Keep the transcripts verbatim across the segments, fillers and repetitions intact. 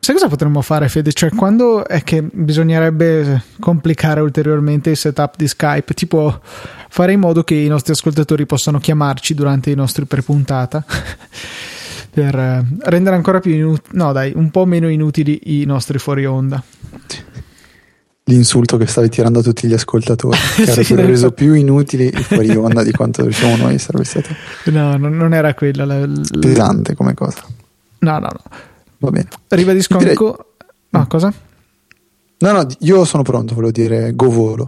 Sai cosa potremmo fare, Fede? Cioè, quando è che bisognerebbe complicare ulteriormente il setup di Skype, tipo fare in modo che i nostri ascoltatori possano chiamarci durante i nostri prepuntata per rendere ancora più inutili, no dai, un po' meno inutili i nostri fuori onda. L'insulto che stavi tirando a tutti gli ascoltatori, che sì, avrebbero reso so. più inutili i fuori onda di quanto riusciamo noi, sarebbe stato no, no, non era quella la, la... pesante come cosa. No, no, no. Va bene. Ribadisco direi... ancora. Ah, cosa? No, no, io sono pronto, volevo dire go volo.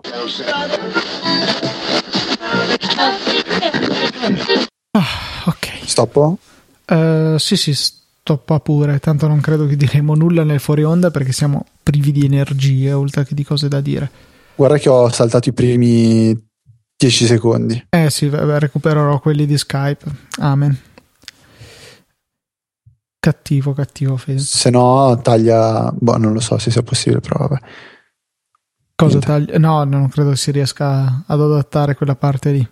Ah, ok. Stoppo? Uh, sì, sì, stoppa pure. Tanto non credo che diremo nulla nel fuori onda perché siamo privi di energie oltre che di cose da dire. Guarda che ho saltato i primi dieci secondi. Eh sì, vabbè, recupererò quelli di Skype. Amen. Cattivo, cattivo, Fede. Se no taglia, boh, non lo so se sia possibile, però vabbè. Cosa taglia? No, non credo si riesca ad adattare quella parte lì.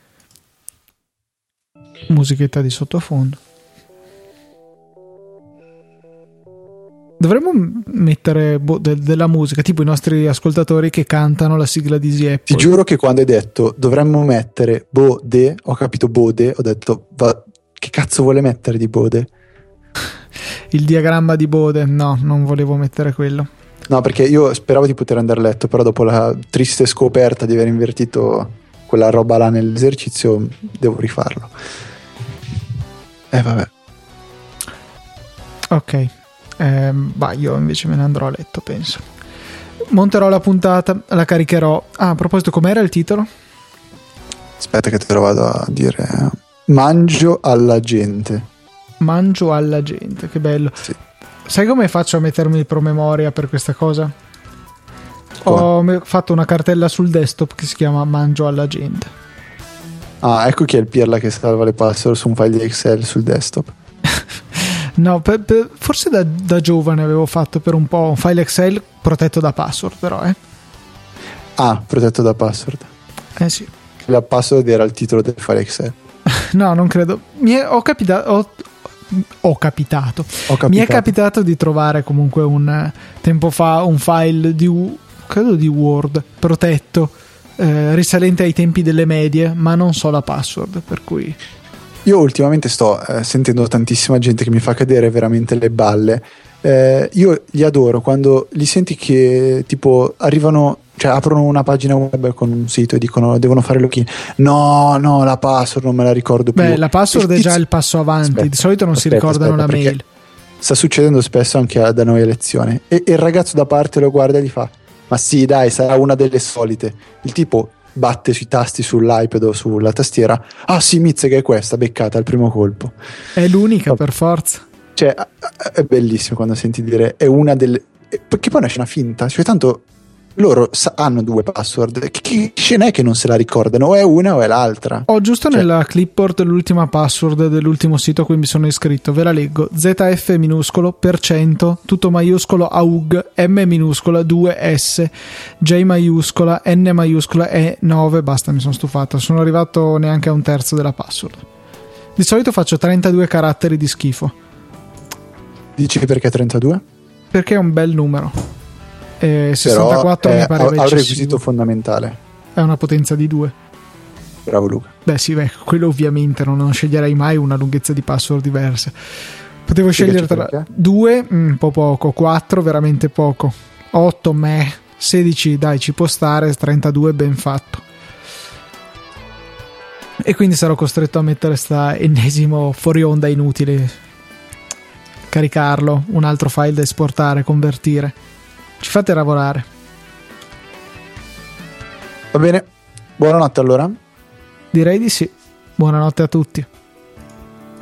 Musichetta di sottofondo. Dovremmo mettere boh, de- della musica, tipo i nostri ascoltatori che cantano la sigla di Easy Apple. Ti giuro che quando hai detto dovremmo mettere Bode, ho capito Bode, ho detto va, che cazzo vuole mettere di Bode? Il diagramma di Bode, no, non volevo mettere quello. No, perché io speravo di poter andare a letto, però dopo la triste scoperta di aver invertito quella roba là nell'esercizio devo rifarlo. Eh vabbè. Ok, eh, bah, io invece me ne andrò a letto, penso. Monterò la puntata, la caricherò. Ah, a proposito, com'era il titolo? Aspetta che te lo vado a dire. Mangio alla gente. Mangio alla gente, che bello. Sì. Sai come faccio a mettermi il promemoria per questa cosa? Come? Ho fatto una cartella sul desktop che si chiama Mangio alla gente. Ah, ecco chi è il pirla che salva le password su un file di Excel sul desktop. No, per, per, forse da, da giovane avevo fatto per un po' un file Excel protetto da password, però, eh. Ah, protetto da password. Eh sì. La password era il titolo del file Excel. No, non credo. Mi è, ho capitato... Ho, Ho capitato. Ho capitato. Mi è capitato di trovare comunque un tempo fa un file di credo di Word protetto eh, risalente ai tempi delle medie, ma non so la password, per cui io ultimamente sto eh, sentendo tantissima gente che mi fa cadere veramente le balle. Eh, io li adoro quando li senti che tipo arrivano, cioè aprono una pagina web con un sito e dicono devono fare login. No, no, la password non me la ricordo più. Beh, la password è già il passo avanti. Aspetta, di solito non aspetta, si ricordano aspetta, la mail. Sta succedendo spesso anche da noi a lezione. E, e il ragazzo da parte lo guarda e gli fa: ma sì, dai, sarà una delle solite. Il tipo batte sui tasti sull'iPad o sulla tastiera. Ah sì, mizze che è questa, beccata al primo colpo. È l'unica, no, per forza. Cioè, è bellissimo quando senti dire è una delle. Perché poi nasce una finta, cioè tanto loro sa- hanno due password. Che, che scena è che non se la ricordano? O è una o è l'altra. Ho giusto cioè, nella clipboard l'ultima password dell'ultimo sito a cui mi sono iscritto. Ve la leggo: Z F minuscolo, per cento, tutto maiuscolo, A U G, M minuscola, due S, J maiuscola, N maiuscola, E nove. Basta, mi sono stufato. Sono arrivato neanche a un terzo della password. Di solito faccio trentadue caratteri di schifo. Dici perché trentadue? Perché è un bel numero. E sessantaquattro però mi pare ha eccessivo. il requisito fondamentale. È una potenza di due. Bravo Luca. Beh sì, beh, quello ovviamente non, non sceglierei mai una lunghezza di password diversa. Potevo sì, scegliere tra due, un po' poco, quattro veramente poco, otto meh, sedici dai ci può stare, trentadue ben fatto. E quindi sarò costretto a mettere sta ennesimo fuori onda inutile, caricarlo, un altro file da esportare, convertire. Ci fate lavorare. Va bene, buonanotte allora. Direi di sì. Buonanotte a tutti.